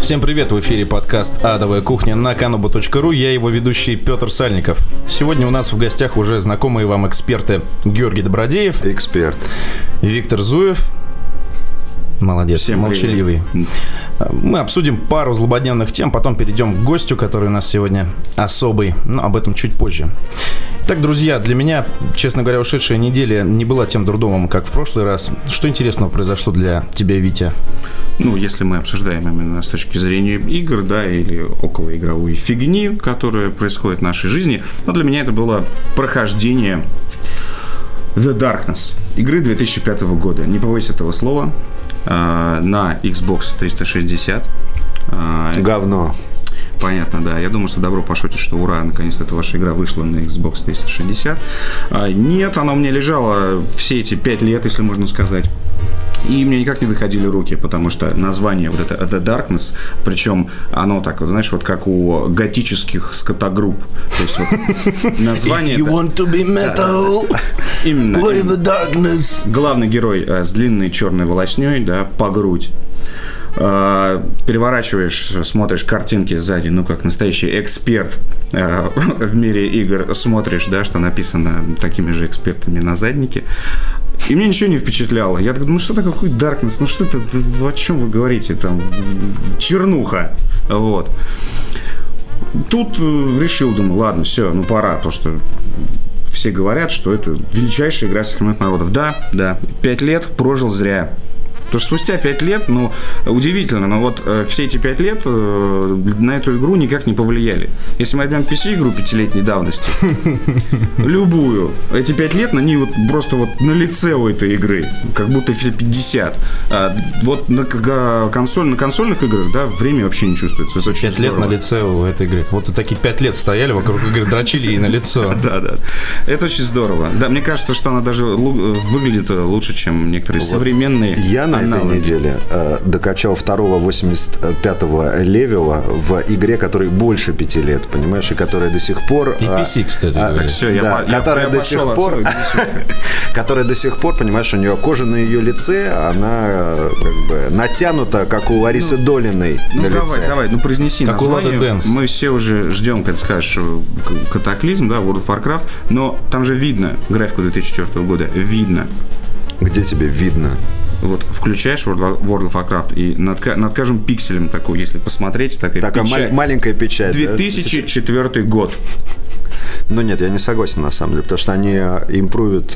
Всем привет, в эфире подкаст «Адовая кухня» на kanuba.ru. Я его ведущий Петр Сальников. Сегодня у нас в гостях уже знакомые вам эксперты Георгий Добродеев. Эксперт. Виктор Зуев. Молодец, всем молчаливый. Привет. Мы обсудим пару злободневных тем, потом перейдем к гостю, который у нас сегодня особый, но об этом чуть позже. Так, друзья, для меня, честно говоря, ушедшая неделя не была тем дурдомом, как в прошлый раз. Что интересного произошло для тебя, Витя? Ну, если мы обсуждаем именно с точки зрения игр, да, или околоигровой фигни, которая происходит в нашей жизни, но для меня это было прохождение The Darkness, игры 2005 года. Не побоюсь этого слова. На Xbox 360. Говно. Понятно, да. Я думаю, что добро пошутит, что ура, наконец-то эта ваша игра вышла на Xbox 360. Нет, она у меня лежала все эти 5 лет, если можно сказать. И мне никак не доходили руки, потому что название вот это The Darkness, причем оно так, знаешь, вот как у готических скотогрупп. То есть вот название... If you want to be metal, именно, play the darkness. Главный герой с длинной черной волосней, да, по грудь. Переворачиваешь, смотришь картинки сзади, ну, как настоящий эксперт в мире игр, смотришь, да, что написано такими же экспертами на заднике. И мне ничего не впечатляло. Я так думаю, что это какой Darkness? Ну что это, о чем вы говорите? Там чернуха. Вот. Тут решил, думаю, ладно, все, ну пора, потому что все говорят, что это величайшая игра всех народов. Да, 5 лет прожил зря. Потому что спустя 5 лет, ну, удивительно, но вот все эти 5 лет на эту игру никак не повлияли. Если мы возьмем PC-игру 5-летней давности, любую, эти 5 лет на ней вот просто вот на лице у этой игры, как будто все 50. Вот на консольных играх, да, время вообще не чувствуется. 5 лет на лице у этой игры. Вот такие 5 лет стояли вокруг игры, дрочили ей на лицо. Да. Это очень здорово. Да, мне кажется, что она даже выглядит лучше, чем некоторые современные. На этой неделе докачал второго 85-го левела в игре, которой больше 5 лет, понимаешь, и которая до сих пор... И PC, кстати. Так, все, которая до сих пор, понимаешь, у нее кожа на ее лице, она как бы натянута, как у Ларисы Долиной на лице. Давай, произнеси как название. Мы все уже ждем, как скажешь, катаклизм, да, World of Warcraft, но там же видно графику 2004 года, видно. Где тебе видно? Вот включаешь World of Warcraft и над каждым пикселем такой, если посмотреть, такая печать. Маленькая печать. 2004 год. Ну нет, я не согласен на самом деле, потому что они импровят.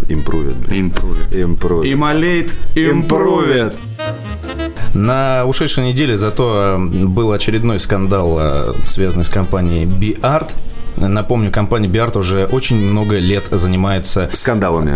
На ушедшей неделе зато был очередной скандал, связанный с компанией Beart. Напомню, компания Beart уже очень много лет занимается скандалами.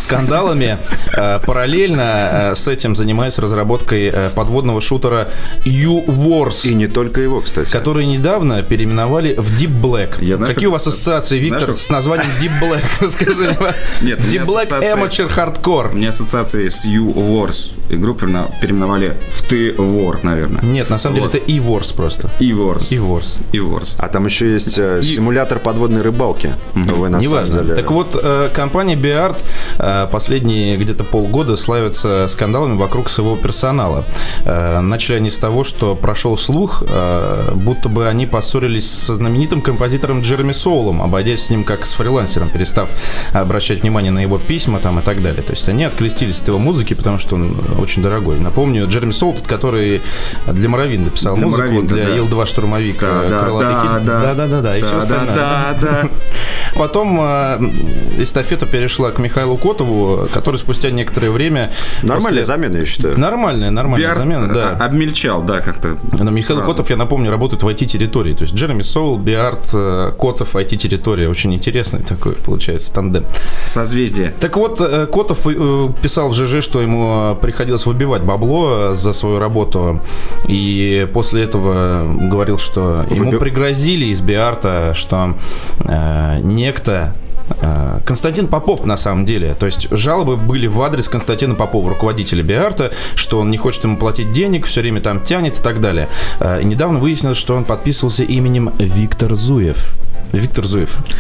Параллельно с этим занимается разработкой подводного шутера U-Wars. И не только его, кстати. Который недавно переименовали в Deep Black. Какие у вас ассоциации, Виктор, с названием Deep Black? Расскажи. Нет, Deep Black Amateur Hardcore. У меня ассоциации с U-Wars. Игру переименовали в T-War, наверное. Нет, на самом деле это E-Wars просто. E-Wars. А там еще есть симулятор подводной рыбалки. Неважно. Так вот, компания Beart последние где-то полгода славится скандалами вокруг своего персонала. Начали они с того, что прошел слух, будто бы они поссорились со знаменитым композитором Джереми Соулом, обойдясь с ним как с фрилансером, перестав обращать внимание на его письма там и так далее. То есть они открестились от его музыки, потому что он очень дорогой. Напомню, Джереми Соул, тот, который для Моровинда писал музыку, для Ил-2 штурмовик, крылатый кит. Да, и все остальное. Да. Потом эстафета перешла к Михаилу Котову, который спустя некоторое время... Нормальная замена, я считаю. Нормальная замена, да. Обмельчал, да, как-то. Но Михаил Котов, я напомню, работает в IT-территории. То есть Джереми Соул, Beart, Котов, IT-территория. Очень интересный такой, получается, тандем. Созвездие. Так вот, Котов писал в ЖЖ, что ему приходилось выбивать бабло за свою работу. И после этого говорил, что ему пригрозили из Beart, что некто Константин Попов, на самом деле. То есть жалобы были в адрес Константина Попова, руководителя Beart, что он не хочет ему платить денег, все время там тянет и так далее. И недавно выяснилось, что он подписывался именем Виктор Зуев. Виктор Зуев.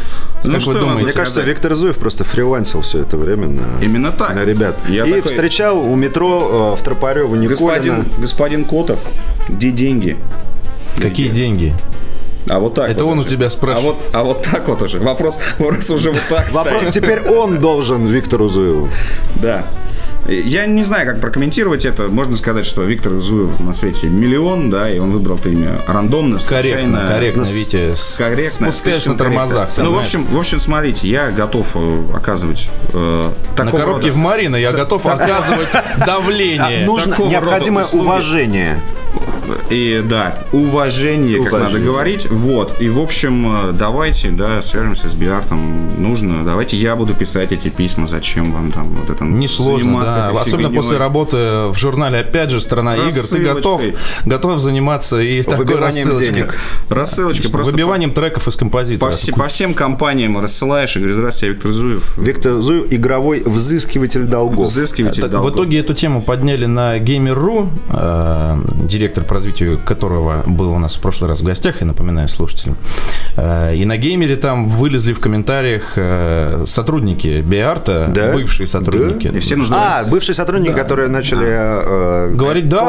Как вы думаете? Мне кажется, Виктор Зуев просто фрилансил все это время Именно так. на ребят. Я и такой... встречал у метро в Тропарёво Николина. Господин Котов, где деньги? Какие деньги? А вот так это вот он уже. У тебя спрашивает. А вот так вот уже. Вопрос уже вот так стоит. Теперь он должен Виктору Зуеву. Да. Я не знаю, как прокомментировать это. Можно сказать, что Виктор Зуев на свете миллион, да, и он выбрал это имя рандомно, случайно. Корректно, Витя. Корректно. Спускаешь на тормозах. Ну, в общем, смотрите, я готов оказывать на коробке в Марина я готов оказывать давление. Необходимое уважение. И да, уважение, как надо говорить. Вот. И в общем, давайте, да, свяжемся с Биартом. Нужно. Давайте я буду писать эти письма. Зачем вам там вот это несложно, да. Особенно после работы в журнале, опять же, «Страна игр», ты готов заниматься и такой рассылочкой. Просто выбиванием треков из композитора. По всем компаниям рассылаешь и говоришь: здравствуйте, я Виктор Зуев. Виктор Зуев — игровой взыскиватель долгов. В итоге эту тему подняли на Gamer.ru, директор по развитию которого был у нас в прошлый раз в гостях, я напоминаю слушателям. И на Геймере там вылезли в комментариях сотрудники Биарта, да? Бывшие сотрудники. Да? И все бывшие сотрудники, да, которые начали говорить, да,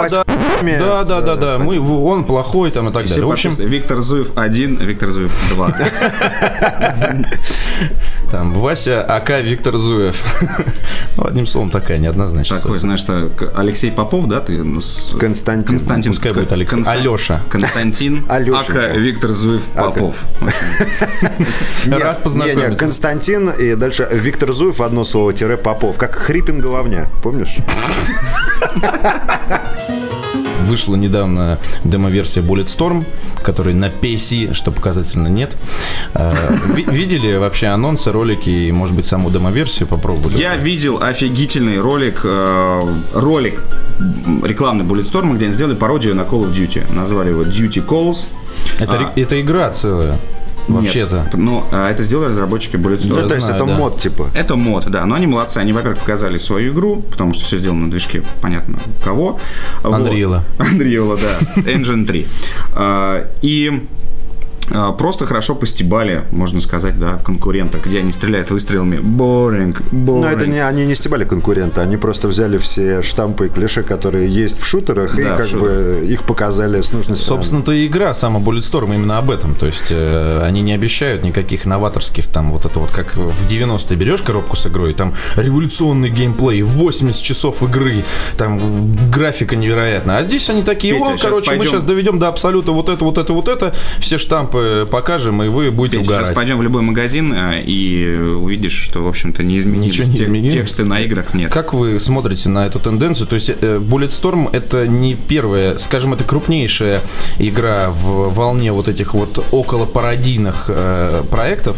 он плохой там и так далее. В общем, Виктор Зуев 1, Виктор Зуев 2. Там Вася АК Виктор Зуев. Ну, одним словом, такая неоднозначная. Такой, знаешь, что Алексей Попов, да, ты? Константин. Пускай будет Алексей. Алеша. Константин АК Виктор Зуев Попов. Рад познакомиться. Нет, Константин и дальше Виктор Зуев, одно слово, Попов. Как Хрипин головня, помнишь? Вышла недавно демо-версия Bulletstorm, которой на PC, что показательно, нет. Видели вообще анонсы, ролики и, может быть, саму демо-версию попробовали? Я видел офигительный ролик рекламный Bulletstorm, где они сделали пародию на Call of Duty. Назвали его Duty Calls. Это игра целая. Вообще-то. Нет, но это сделали разработчики Bulletstorm. Ну, то есть это мод, типа. Это мод, да. Но они молодцы. Они, во-первых, показали свою игру, потому что все сделано на движке, понятно, кого. Unreal, да. Engine 3. И просто хорошо постебали, можно сказать, да, конкурента, где они стреляют выстрелами. Boring. Но это они не стебали конкурента, они просто взяли все штампы и клише, которые есть в шутерах, да, и как бы их показали с нужной стороны. Собственно-то и игра сама Bulletstorm именно об этом. То есть они не обещают никаких новаторских там вот это вот, как в 90-е берешь коробку с игрой, там революционный геймплей, 80 часов игры, там графика невероятная. А здесь они такие: Петя, мы сейчас доведем до абсолюта вот это, все штампы покажем, и вы будете угорать. Сейчас пойдем в любой магазин и увидишь, что, в общем-то, не изменились. Тексты на играх нет. Как вы смотрите на эту тенденцию? То есть Bulletstorm — это не первая, скажем, это крупнейшая игра в волне вот этих вот околопародийных проектов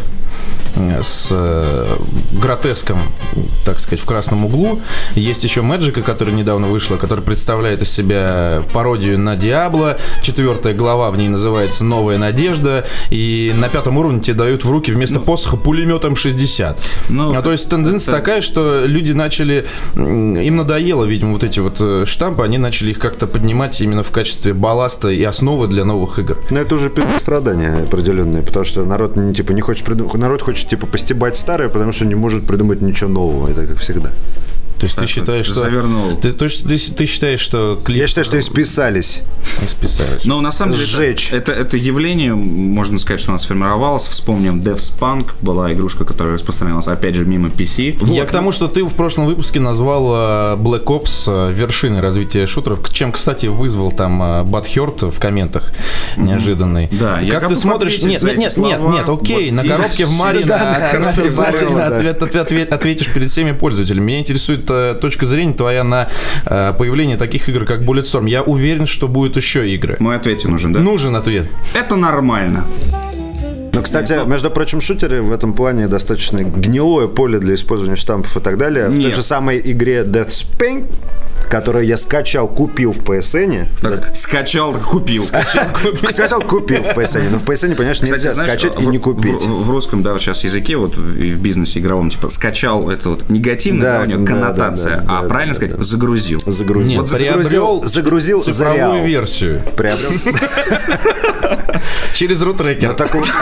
с гротеском, так сказать, в красном углу. Есть еще Magic, которая недавно вышла, которая представляет из себя пародию на Диабло. 4 глава в ней называется «Новая надежда». И на 5 уровне тебе дают в руки вместо посоха пулемет М60. То есть тенденция такая, что люди начали... Им надоело, видимо, вот эти вот штампы. Они начали их как-то поднимать именно в качестве балласта и основы для новых игр. Но это уже страдания определенные, потому что народ не хочет придумать. Народ хочет постебать старое, потому что не может придумать ничего нового. Это как всегда. То есть ты считаешь, что... Завернул. Ты считаешь, что... Я считаю, что исписались. Но на самом деле это явление, можно сказать, что у нас сформировалось. Вспомним DevSpunk, была игрушка, которая распространялась, опять же, мимо PC. Я к тому, что ты в прошлом выпуске назвал Black Ops вершиной развития шутеров, чем, кстати, вызвал там Butthurt в комментах неожиданный. Да, как ты смотришь... Нет, окей, на коробке в Марина обязательно ответишь перед всеми пользователями. Меня интересует точка зрения твоя на появление таких игр, как Bulletstorm. Я уверен, что будут еще игры. Мой ответ нужен, да? Нужен ответ. Это нормально. Но, кстати, между прочим, шутеры в этом плане достаточно гнилое поле для использования штампов и так далее. В той же самой игре DeathSpank, которую я скачал, купил в PSN. Скачал, купил. Скачал, купил в PSN. Но в PSN, понимаешь, нельзя скачать и не купить. В русском, да, сейчас языке, вот и в бизнесе игровом, типа, скачал, это вот негативная, у него коннотация, а правильно сказать, загрузил. Нет, загрузил цифровую версию. Приобрел. Через рутрекер.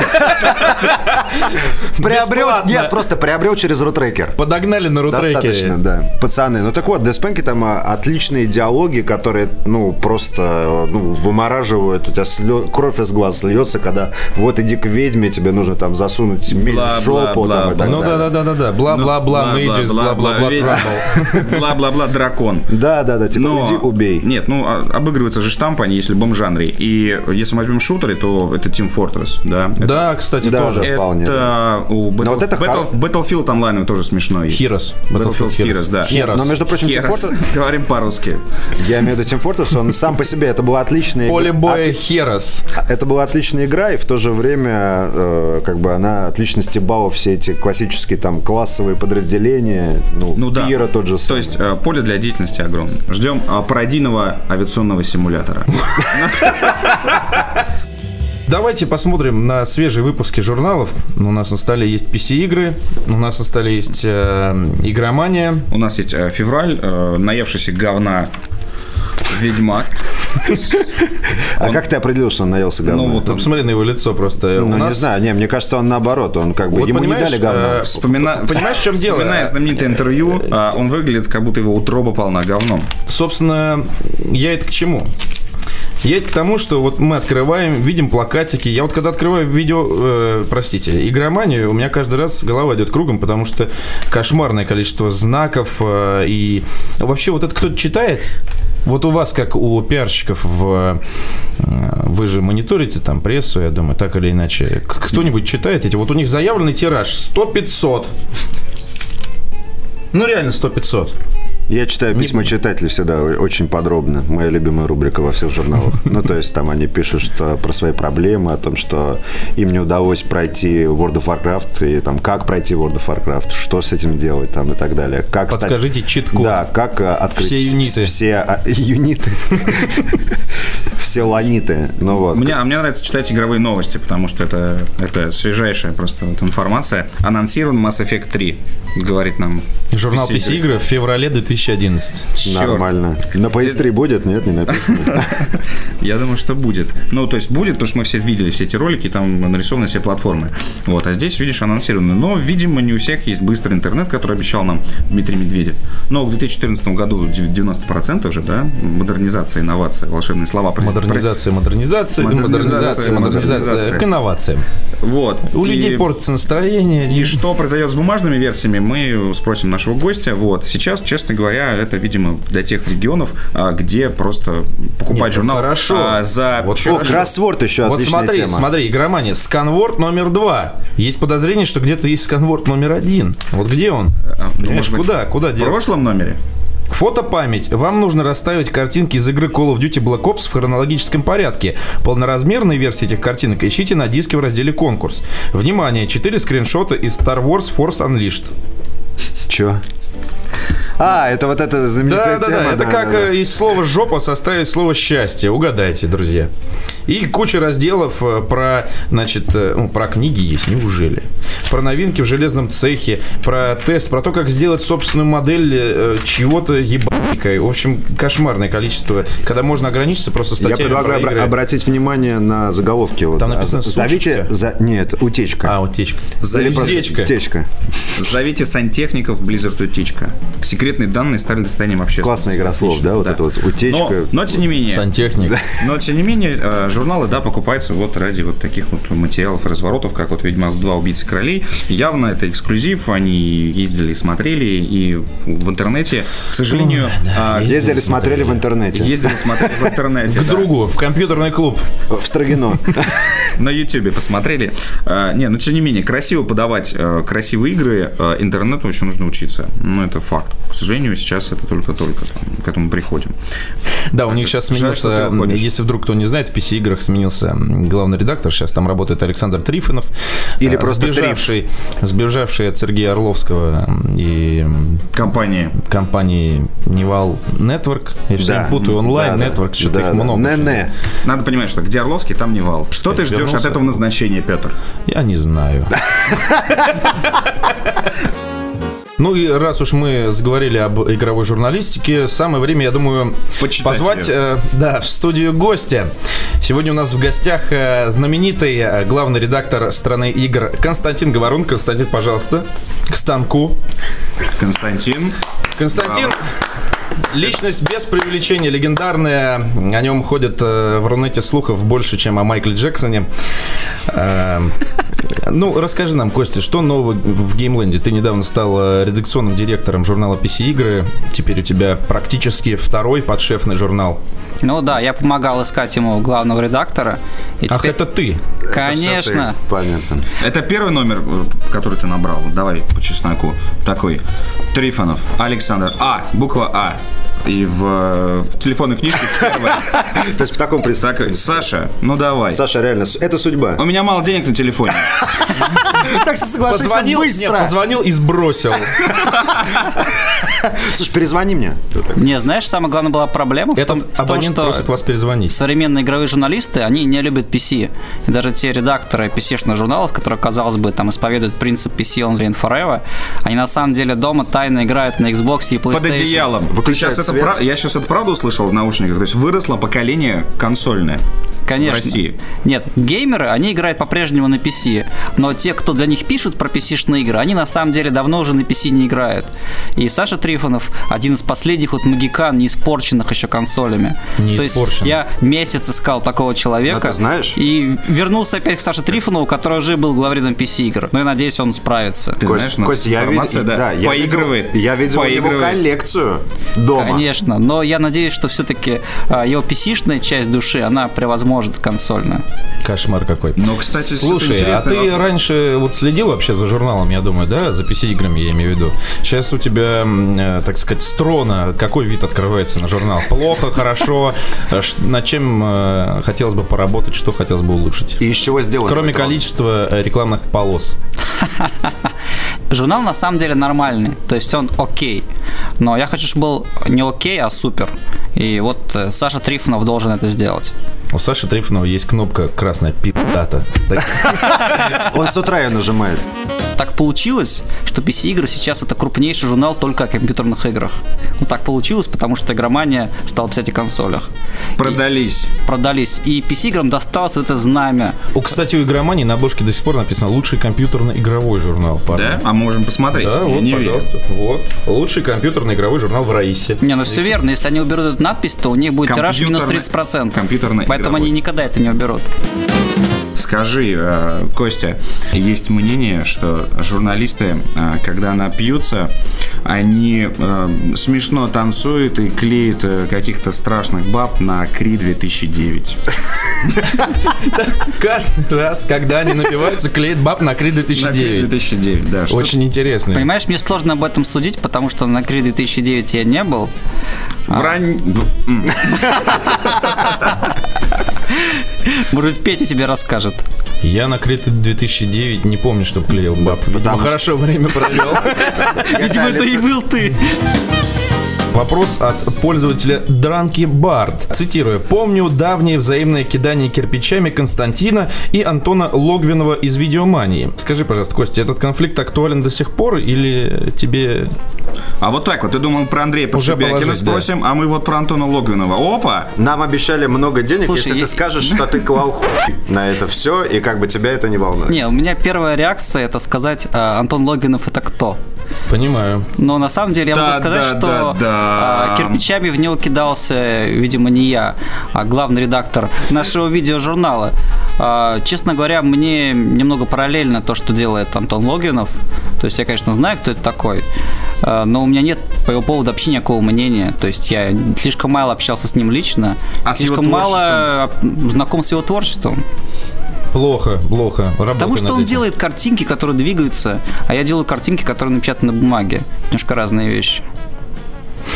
Приобрел, нет, просто приобрел через рутрекер. Подогнали на рутрекере. Достаточно, да. Пацаны, ну так вот, Death Spank там отличные диалоги, которые, просто вымораживают, у тебя кровь из глаз льется, когда вот иди к ведьме, тебе нужно там засунуть меч в жопу, там и так далее. Да. Бла-бла-бла, мейджис, бла-бла-бла, бла-бла-бла, дракон. Да, типа иди убей. Нет, обыгрываются же штампы, они есть в любом жанре. И если мы возьмем шутеры, то это Team Fortress, да? Да, кстати, тоже. Это у Battlefield Online тоже смешной. Heroes. Battlefield Heroes, да. Но, между прочим, Team Fortress... Говорим по-русски. Я имею в виду Team Fortress, он сам по себе, это была отличная... Поле боя Heroes. Это была отличная игра, и в то же время она отлично стебала все эти классические там классовые подразделения. Пира тот же самый. То есть поле для деятельности огромное. Ждем пародийного авиационного симулятора. Давайте посмотрим на свежие выпуски журналов. У нас на столе есть PC-игры, у нас на столе есть игромания. У нас есть февраль, наевшийся говна Ведьмак. Как ты определил, что он наелся говна? Посмотри на его лицо просто. Не знаю, мне кажется, он наоборот. Он ему не дали говна. Понимаешь, в чем дело? Вспоминая знаменитое интервью, он выглядит, как будто его утроба полна говном. Собственно, я это к чему? Я к тому, что вот мы открываем, видим плакатики. Я вот когда открываю игроманию, у меня каждый раз голова идет кругом, потому что кошмарное количество знаков. И вообще вот это кто-то читает? Вот у вас, как у пиарщиков, вы же мониторите там прессу, я думаю, так или иначе. Кто-нибудь читает эти? Вот у них заявленный тираж 100-500. Реально 100-500. Я читаю письма читателей всегда очень подробно. Моя любимая рубрика во всех журналах. То есть там они пишут про свои проблемы, о том, что им не удалось пройти World of Warcraft, и там как пройти World of Warcraft, что с этим делать там и так далее. Подскажите чит-код. Да, как открыть все юниты. Все юниты. Все ланиты. Мне нравится читать игровые новости, потому что это свежайшая просто информация. Анонсирован Mass Effect 3, говорит нам журнал PC-игры в феврале 2011. Нормально. На PS3 будет? Нет, не написано. Я думаю, что будет. То есть будет, потому что мы все видели все эти ролики, там нарисованы все платформы. А здесь, видишь, анонсировано. Но, видимо, не у всех есть быстрый интернет, который обещал нам Дмитрий Медведев. Но в 2014 году 90% же, да, модернизация, инновация, волшебные слова. Модернизация к инновациям. У людей портится настроение. И что произойдет с бумажными версиями, мы спросим нашего гостя. Сейчас, честно говоря, это, видимо, для тех регионов, где просто покупать журнал за... Кроссворд еще отличная тема. Смотри, игромания. Сканворд номер 2. Есть подозрение, что где-то есть сканворд номер 1. Вот где он? Понимаешь, куда делся? В прошлом номере? Фотопамять. Вам нужно расставить картинки из игры Call of Duty Black Ops в хронологическом порядке. Полноразмерные версии этих картинок ищите на диске в разделе «Конкурс». Внимание! 4 скриншота из Star Wars Force Unleashed. Чё? Это вот эта знаменитая тема. Да. Это как из слова «жопа» составить слово «счастье». Угадайте, друзья. И куча разделов про книги есть, неужели? Про новинки в железном цехе, про тест, про то, как сделать собственную модель чего-то ебаника. В общем, кошмарное количество. Когда можно ограничиться просто статьями. Я предлагаю обратить внимание на заголовки. Там написано «Сучечка». Нет, утечка. Утечка. Утечка. Зовите сантехников Blizzard утечка. Секретные данные стали достоянием общественности. Классная игра слов, да? Вот это вот утечка. Но тем не менее... Сантехник. Но тем не менее, журналы, покупаются ради таких материалов и разворотов, как «Ведьмак 2. Убийцы королей». Явно это эксклюзив. Они ездили и смотрели, и в интернете, к сожалению... Ездили, смотрели в интернете. К другу, в компьютерный клуб. В Строгино. На Ютубе посмотрели. Но тем не менее, красиво подавать красивые игры интернету еще нужно учиться. Это факт. К сожалению, сейчас это только-только к этому приходим. Да, у них сейчас сменился, если вдруг кто не знает, в PC-играх сменился главный редактор. Сейчас там работает Александр Трифонов. Или просто сбежавший от Сергея Орловского и компании Невал Network. Я все путаю, онлайн Network, что-то их много. Надо понимать, что где Орловский, там Невал. Что ты ждешь от этого назначения, Петр? Я не знаю. Ну и раз уж мы заговорили об игровой журналистике, самое время, я думаю, позвать в студию гостя. Сегодня у нас в гостях знаменитый главный редактор «Страны игр» Константин Говорун. Константин, пожалуйста, к станку. Константин. Личность без преувеличения, легендарная. О нем ходят в Рунете слухов больше, чем о Майкле Джексоне. Ну, расскажи нам, Костя, что нового в Геймленде? Ты недавно стал редакционным директором журнала PC-игры. Теперь у тебя практически второй подшефный журнал. Ну да, я помогал искать ему главного редактора. И теперь... это ты? Конечно. Это понятно. Это первый номер, который ты набрал. Давай по чесноку. Такой. Трифонов. Александр. Буква А. И в телефонной книжке первая. То есть в таком представлении. Саша, ну давай. Саша, реально, это судьба. У меня мало денег на телефоне. Так что соглашайся быстро. Позвонил и сбросил. Слушай, перезвони мне. Не, знаешь, самая главная была проблема в том, абонент просит вас перезвонить. Современные игровые журналисты, они не любят PC. И даже те редакторы PC-шных журналов, которые, казалось бы, там исповедуют принцип PC only and forever, они на самом деле дома тайно играют на Xbox и PlayStation. Под одеялом. Я сейчас это правда услышал в наушниках. То есть выросло поколение консольное. Конечно. В России. Нет, геймеры, они играют по-прежнему на PC. Но те, кто для них пишут про PC-шные игры, они на самом деле давно уже на PC не играют. И Саша Трифонов один из последних магикан, не испорченных еще консолями. То есть я месяц искал такого человека. Ты знаешь? И вернулся опять к Саше Трифонову, который уже был главредом PC-игр. Но я надеюсь, он справится. Ты знаешь, Костя, я поигрывает. Я видел его коллекцию дома. Конечно, но я надеюсь, что все-таки его PC-шная часть души, она превозможет консольную. Кошмар какой. Но, кстати, слушай, а ты раньше вот следил вообще за журналом, я думаю, да? За PC-играми, я имею в виду. Сейчас у тебя, так сказать, с трона какой вид открывается на журнал? Плохо, хорошо? Над чем хотелось бы поработать, что хотелось бы улучшить? И из чего сделать? Кроме количества рекламных полос. Журнал на самом деле нормальный, то есть он окей. Но я хочу, чтобы был не окей, а супер. И вот Саша Трифонов должен это сделать. У Саши Трифонова есть кнопка красная пи***та. Он с утра ее нажимает. Так получилось, что PC-игры сейчас это крупнейший журнал только о компьютерных играх. Ну так получилось, потому что игромания стала писать о консолях. Продались. И PC-играм досталось это знамя. Кстати, у игромании на обложке до сих пор написано «Лучший компьютерно-игровой журнал». Да? А можем посмотреть? Да, вот, пожалуйста. Вот. Лучший компьютерно-игровой журнал в Раисе. Не, ну все верно. Если они уберут эту надпись, то у них будет тираж минус 30%. Поэтому они никогда это не уберут. Скажи, Костя, есть мнение, что журналисты, когда напьются, они смешно танцуют и клеят каких-то страшных баб на Кри 2009. Каждый раз, когда они напиваются, клеят баб на Кри 2009. 2009, да. Очень интересно. Понимаешь, мне сложно об этом судить, потому что на Кри 2009 я не был. Может быть, Петя тебе расскажет. Я на Крите 2009 не помню, чтобы клеил баб. Видимо, хорошо время провел. Видимо, это и был ты. Вопрос от пользователя Дранки Бард. Цитирую. «Помню давнее взаимное кидание кирпичами Константина и Антона Логвинова из «Видеомании». Скажи, пожалуйста, Костя, этот конфликт актуален до сих пор или тебе... А вот так вот, ты думал, про Андрея Подшибякина спросим, да. А мы вот про Антона Логвинова. Опа! Нам обещали много денег, слушай, если ты скажешь, что ты клал хуй на это все, и как бы тебя это не волнует. Не, у меня первая реакция это сказать, Антон Логвинов это кто? Понимаю. Но на самом деле я могу сказать, что кирпичами в него кидался, видимо, не я, а главный редактор нашего видеожурнала. Честно говоря, мне немного параллельно то, что делает Антон Логвинов. То есть я, конечно, знаю, кто это такой, но у меня нет по его поводу вообще никакого мнения. То есть я слишком мало общался с ним лично, слишком мало знаком с его творчеством. Плохо. Потому что он делает картинки, которые двигаются, а я делаю картинки, которые напечатаны на бумаге. Немножко разные вещи.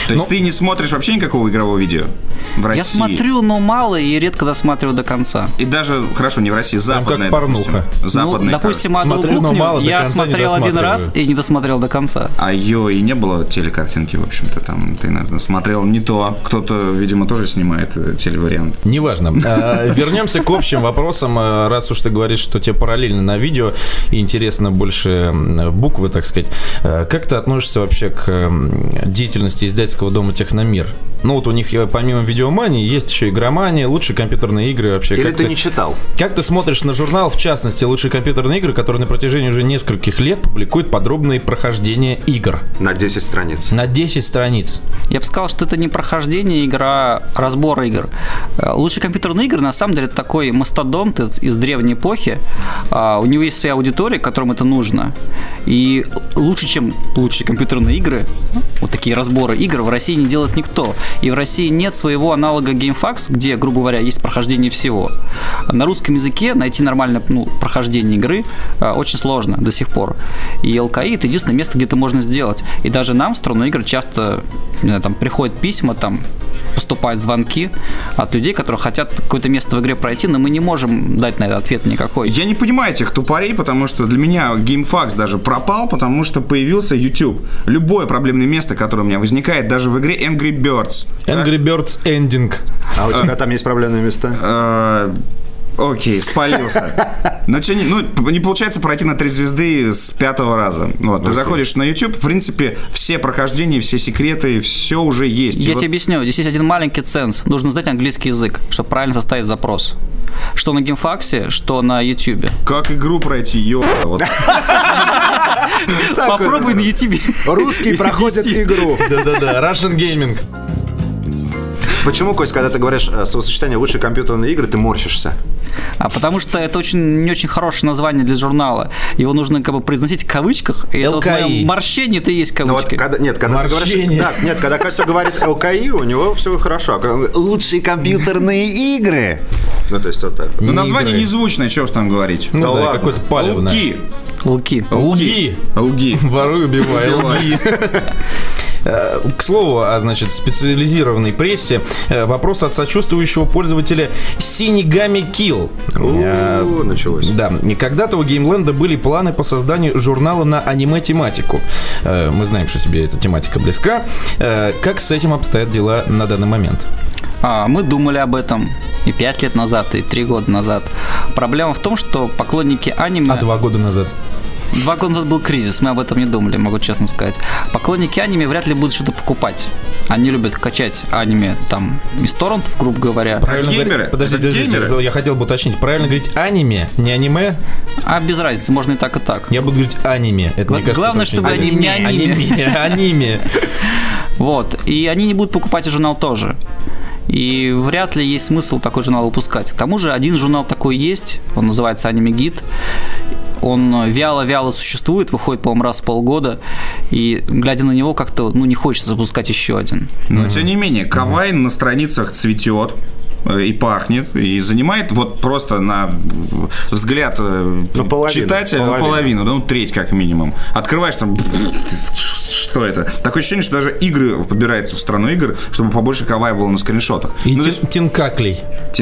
То есть ты не смотришь вообще никакого игрового видео в России? Я смотрю, но мало и редко досматриваю до конца. И даже, хорошо, не в России, западная, как порнуха. Допустим, «Адову кухню» я смотрел один раз и не досмотрел до конца. А ее и не было телекартинки, в общем-то, там ты, наверное, смотрел не то. Кто-то, видимо, тоже снимает телевариант. Неважно. Вернемся к общим вопросам. Раз уж ты говоришь, что тебе параллельно на видео и интересно больше буквы, так сказать. Как ты относишься вообще к деятельности издательского дома «Техномир»? Ну вот у них помимо «Видеомании» есть еще «Игромания», лучшие компьютерные игры вообще. Или ты не читал? Как ты смотришь на журнал, в частности, «Лучшие компьютерные игры», который на протяжении уже нескольких лет публикует подробные прохождения игр? На 10 страниц. На 10 страниц. Я бы сказал, что это не прохождение игр, а разбор игр. «Лучшие компьютерные игры» на самом деле это такой мастодонт из древней эпохи. У него есть своя аудитория, которым это нужно. И лучше, чем лучшие компьютерные игры, вот такие разборы игр в России не делает никто. И в России нет своего аналога GameFAQs, где, грубо говоря, есть прохождение всего. На русском языке найти нормальное прохождение игры очень сложно до сих пор. И ЛКИ – это единственное место, где это можно сделать. И даже нам в «Страну игр» часто там приходят письма, там поступают звонки от людей, которые хотят какое-то место в игре пройти, но мы не можем дать на это ответ никакой. Я не понимаю этих тупорей, потому что для меня GameFAQs даже пропал, потому что появился YouTube. Любое проблемное место, которое у меня возникает, даже в игре Angry Birds. Angry Birds Ending. А у тебя там есть проблемные места? Окей, спалился. Но не получается пройти на 3 звезды с 5-го раза. Вот, ты заходишь на YouTube, в принципе, все прохождения, все секреты, все уже есть. Я тебе объясню. Здесь есть один маленький ценз. Нужно знать английский язык, чтобы правильно составить запрос. Что на GameFAQs, что на YouTube. Как игру пройти, ёпта. Попробуй на YouTube. Русский проходит игру. Да-да-да, Russian Gaming. Почему, Кость, когда ты говоришь словосочетание «лучшие компьютерные игры», ты морщишься? Потому что это не очень хорошее название для журнала. Его нужно как бы произносить в кавычках. И это вот мое морщение, это и есть кавычки. Когда Костя говорит ЛКИ, у него все хорошо. «Лучшие компьютерные игры». Ну, то есть вот так. Но название незвучное, что уж там говорить. Ну да, какое-то палевное. Лги. Воруй, убивай. Лги. К слову о, специализированной прессе, вопрос от сочувствующего пользователя Синигами Kill. Началось. Да. Когда-то у Геймленда были планы по созданию журнала на аниме-тематику. Мы знаем, что тебе эта тематика близка. Как с этим обстоят дела на данный момент? Мы думали об этом и 5 лет назад, и 3 года назад. Проблема в том, что поклонники аниме... 2 года назад? 2 года назад был кризис, мы об этом не думали, могу честно сказать. Поклонники аниме вряд ли будут что-то покупать. Они любят качать аниме там из торрентов, грубо говоря. Геймеры? Подожди, я хотел бы уточнить. Правильно говорить аниме, не аниме? Без разницы, можно и так, и так. Я буду говорить аниме. Это, мне кажется, главное, чтобы они не аниме. Вот. И они не будут покупать и журнал тоже. И вряд ли есть смысл такой журнал выпускать. К тому же один журнал такой есть, он называется Anime Guide. Он вяло-вяло существует, выходит, по-моему, раз в полгода. И, глядя на него, как-то не хочется запускать еще один. Но, тем не менее, кавай на страницах цветет и пахнет, и занимает вот просто на взгляд читателя половину, треть как минимум. Открываешь там... Что это? Такое ощущение, что даже игры подбираются в страну игр, чтобы побольше кавая было на скриншотах. И тинкаклей.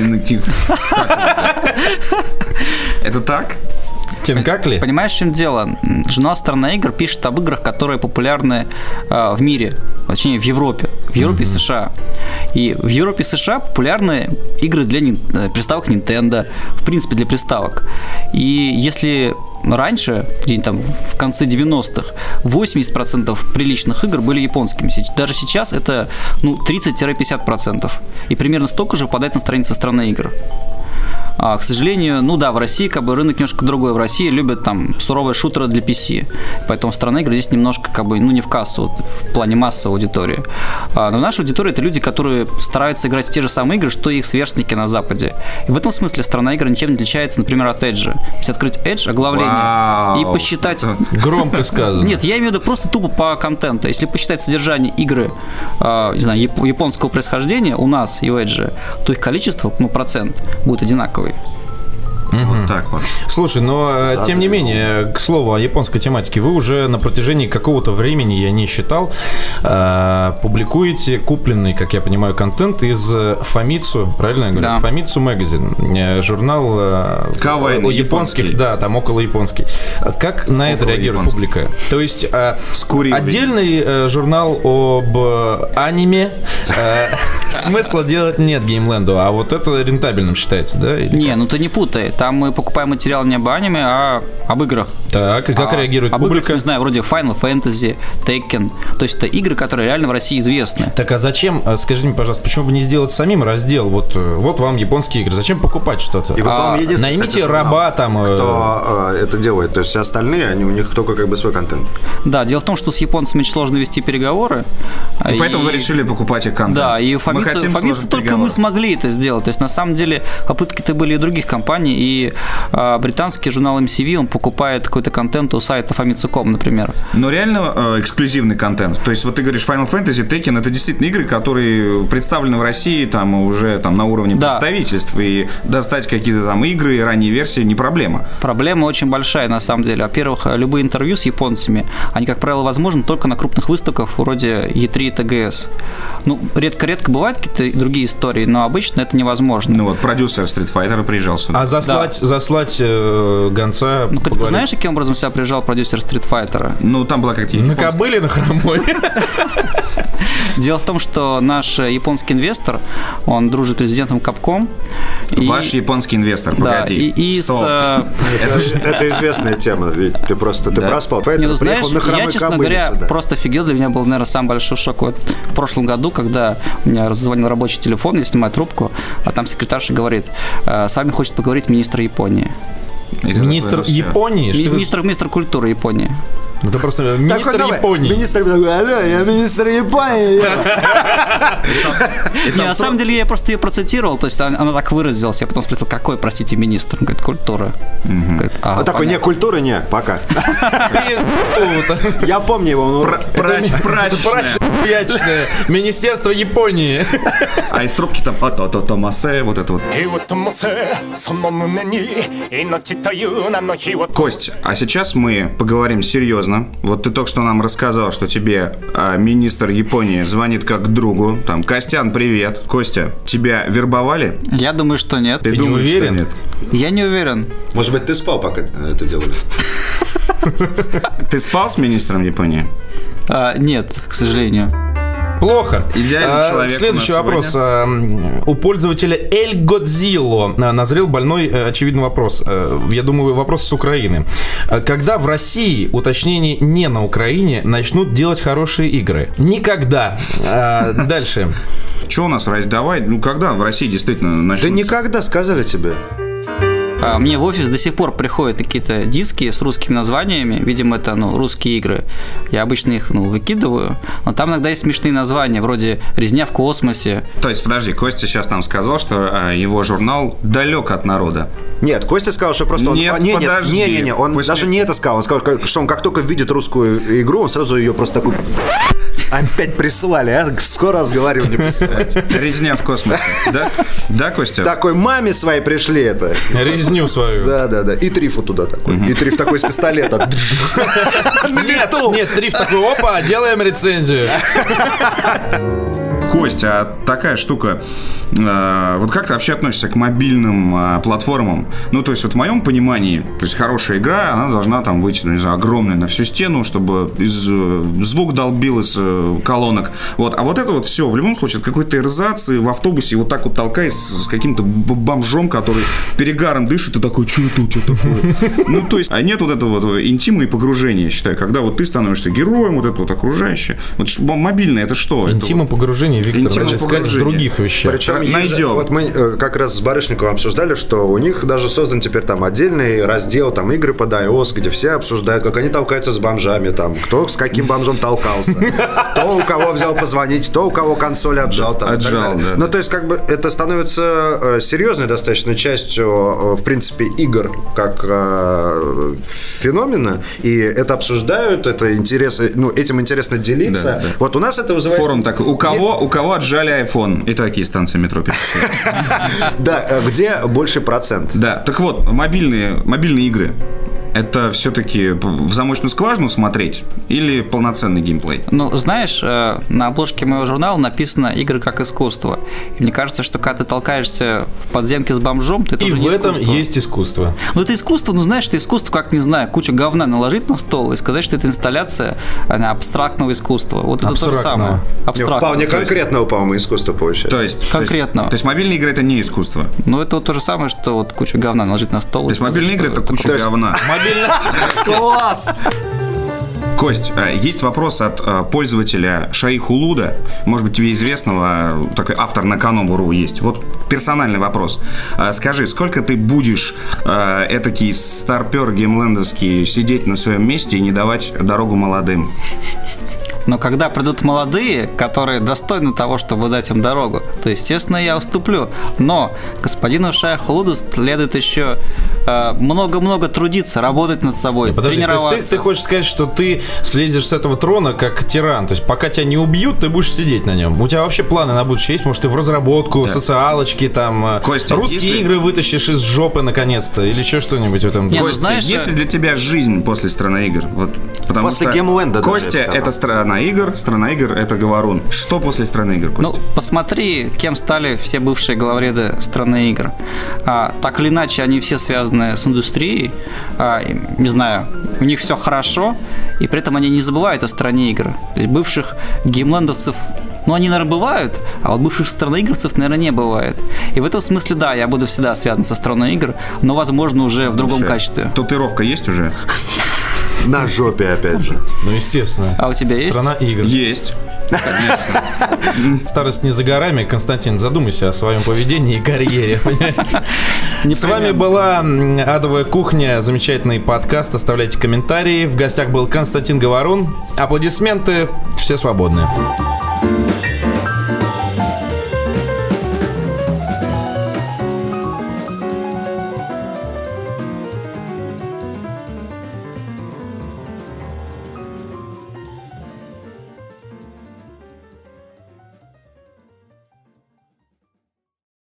Это так? Тинкакли? Понимаешь, в чем дело? Журнал «Страна игр» пишет об играх, которые популярны в мире, точнее в Европе. В Европе и США. И в Европе и США популярны игры для приставок Nintendo, в принципе, для приставок. И если раньше, где-нибудь там в конце 90-х, 80% приличных игр были японскими. Даже сейчас это 30-50%. И примерно столько же попадает на страницы «Страны игр». К сожалению, в России рынок немножко другой. В России любят там суровые шутеры для PC. Поэтому «Страна игр» здесь немножко не в кассу, в плане массовой аудитории. Но наша аудитория — это люди, которые стараются играть в те же самые игры, что и их сверстники на Западе. И в этом смысле «Страна игр» ничем не отличается, например, от Edge. Если открыть Edge, оглавление, и посчитать... Громко сказано. Нет, я имею в виду просто тупо по контенту. Если посчитать содержание игры, японского происхождения у нас и у Edge, то их количество, процент будет одинаковый. Вот так вот. Слушай, но тем не менее, к слову о японской тематике, вы уже на протяжении какого-то времени, я не считал, публикуете купленный, как я понимаю, контент из Famitsu, правильно я говорю? Да. Famitsu Magazine, журнал японских, да, там около японский. Как на это реагирует публика? То есть отдельный журнал об аниме смысла делать нет Геймленду, а вот это рентабельным считается, да? Не, ну ты не путай. Там мы покупаем материал не об аниме, а об играх. Так, и как реагирует публика? Об играх, не знаю, вроде Final Fantasy, Tekken. То есть это игры, которые реально в России известны. Так, а зачем, скажите мне, пожалуйста, почему бы не сделать самим раздел? Вот вам японские игры. Зачем покупать что-то? И наймите раба там. Кто это делает? То есть все остальные, у них только как бы свой контент. Да, дело в том, что с японцами очень сложно вести переговоры. И поэтому вы решили покупать их контент. Да, и Famitsu только мы смогли это сделать. То есть на самом деле попытки-то были и других компаний, и британский журнал MCV, он покупает какой-то контент у сайта Famitsu.com, например. Но реально эксклюзивный контент. То есть вот ты говоришь Final Fantasy, Tekken, это действительно игры, которые представлены в России там уже там на уровне представительств, и достать какие-то там игры, ранние версии не проблема. Проблема очень большая на самом деле. Во-первых, любые интервью с японцами, они, как правило, возможны только на крупных выставках вроде E3 и TGS. Ну, редко-редко бывают какие-то другие истории, но обычно это невозможно. Ну вот продюсер Street Fighter приезжал сюда. А заслать гонца... Ну, ты знаешь, каким образом сюда приезжал продюсер Street Fighter? Ну, там была какая-то на кобыле, на хромой. Дело в том, что наш японский инвестор, он дружит с президентом Capcom. Ваш японский инвестор, погоди. Это известная тема, ведь ты проспал. Поэтому приехал на хромой кобыле. Я, честно говоря, просто офигел. Для меня был, наверное, самый большой шок в прошлом году, когда мне раззвонил рабочий телефон, я снимаю трубку, а там секретарша говорит: с вами хочет поговорить министр Японии. Министр Японии? Министр культуры Японии. Это просто министр Японии. Алло, я министр Японии. На самом деле я просто ее процитировал, то есть она так выразилась. Я потом спросил, какой, простите, министр? Он говорит, культура. Он такой, не, культуры не, пока. Я помню его. Прачечное Министерство Японии. А из трубки там Томасе, вот это вот. Кость, а сейчас мы поговорим серьезно. Вот ты только что нам рассказал, что тебе министр Японии звонит как другу. Там, Костян, привет. Костя, тебя вербовали? Я думаю, что нет. Ты думаешь, не уверен? Что нет? Я не уверен. Может быть, ты спал, пока это делали? Ты спал с министром Японии? Нет, к сожалению. Плохо. Идеальный человек. Следующий вопрос. У пользователя Эль Годзилло назрел больной, очевидный вопрос. Я думаю, вопрос с Украины. Когда в России, уточнение не на Украине, начнут делать хорошие игры? Никогда. Дальше. Что у нас, давай, когда в России действительно начнут? Да никогда, сказали тебе. Мне в офис до сих пор приходят какие-то диски с русскими названиями. Видимо, это русские игры. Я обычно их выкидываю. Но там иногда есть смешные названия, вроде «Резня в космосе». То есть, подожди, Костя сейчас нам сказал, что его журнал далек от народа. Нет, Костя сказал, что просто он... Нет, подожди. Он даже не это сказал. Он сказал, что он как только видит русскую игру, он сразу ее просто такой... Опять присылали, а? Скоро раз говорил, не присылать. Резня в космосе, да? Да, Костя? Такой маме своей пришли это. Резню свою. Да. И Трифу туда такой. И Триф такой с пистолета. Нет, Триф такой, опа, делаем рецензию. Костя, а такая штука, вот как ты вообще относишься к мобильным платформам? Ну, то есть, вот в моем понимании, то есть, хорошая игра, она должна там быть, не знаю, огромной на всю стену, чтобы звук долбил из колонок. Вот. А вот это вот все, в любом случае, это какой-то эрзац, и в автобусе вот так вот толкаясь с каким-то бомжом, который перегаром дышит, и такой, что это у тебя такое? Ну, то есть, а нет вот этого вот интима и погружения, я считаю, когда вот ты становишься героем, вот это вот окружающее. Вот мобильное, это что? Интима погружения, Виктор, значит, сказать в других вещах. Причем найдем. Вот мы как раз с Барышниковым обсуждали, что у них даже создан теперь там отдельный раздел, там игры под iOS, где все обсуждают, как они толкаются с бомжами, там, кто с каким бомжом толкался, кто у кого взял позвонить, кто у кого консоль отжал. Там, отжал, да. Ну, то есть, как бы это становится серьезной достаточно частью, в принципе, игр как феномена, и это обсуждают, это интересно, ну, этим интересно делиться. Да. Вот у нас это вызывает... Форум такой, у кого кого отжали iPhone? И такие станции метро перечисляют. Да, где больший процент? Да, так вот, мобильные игры. Это все-таки в замочную скважину смотреть или полноценный геймплей? Ну, знаешь, на обложке моего журнала написано «Игры как искусство». И мне кажется, что когда ты толкаешься в подземке с бомжом, ты тоже не искусство. И в этом есть искусство. Ну, это искусство, ну, знаешь, это искусство, как, не знаю, кучу говна наложить на стол и сказать, что это инсталляция абстрактного искусства. Вот это то же самое. Вполне конкретного, по-моему, искусства получается. То есть конкретного. То есть мобильные игры – это не искусство? Ну, это вот то же самое, что вот кучу говна наложить на стол. То есть мобильные игры – это куча говна? Класс! Кость, есть вопрос от пользователя Шаихулуда, может быть, тебе известного, такой автор на Канобу.ру есть. Вот персональный вопрос. Скажи, сколько ты будешь этакий старпер геймлендовский сидеть на своем месте и не давать дорогу молодым? Но когда придут молодые, которые достойны того, чтобы дать им дорогу, то, естественно, я уступлю. Но господину Шаихулуду следует еще много-много трудиться, работать над собой, тренироваться. То есть ты хочешь сказать, что ты слезешь с этого трона как тиран? То есть пока тебя не убьют, ты будешь сидеть на нем? У тебя вообще планы на будущее есть? Может, ты в разработку, социалочки, там, Костя, русские игры вытащишь из жопы наконец-то? Или еще что-нибудь в этом? Костя, знаешь, есть ли для тебя жизнь после «Страны игр»? Вот, потому после что Геймленда, Костя – это «Страна игр», «Страна игр» – это «Говорун». Что после «Страны игр», Костя? Ну, посмотри, кем стали все бывшие главреды «Страны игр». Так или иначе, они все связаны с индустрией. Не знаю, у них все хорошо, и при этом они не забывают о «Стране игр». То есть бывших геймлендовцев, ну, они, наверное, бывают, а вот бывших страноигровцев, наверное, не бывает. И в этом смысле, да, я буду всегда связан со «Страной игр», но, возможно, уже в другом качестве. Татуировка есть уже? На жопе, опять же. Ну, естественно. А у тебя есть? «Страна игр». Есть. Конечно. Старость не за горами. Константин, задумайся о своем поведении и карьере. С вами была «Адовая кухня», замечательный подкаст. Оставляйте комментарии. В гостях был Константин Говорун. Аплодисменты. Все свободны.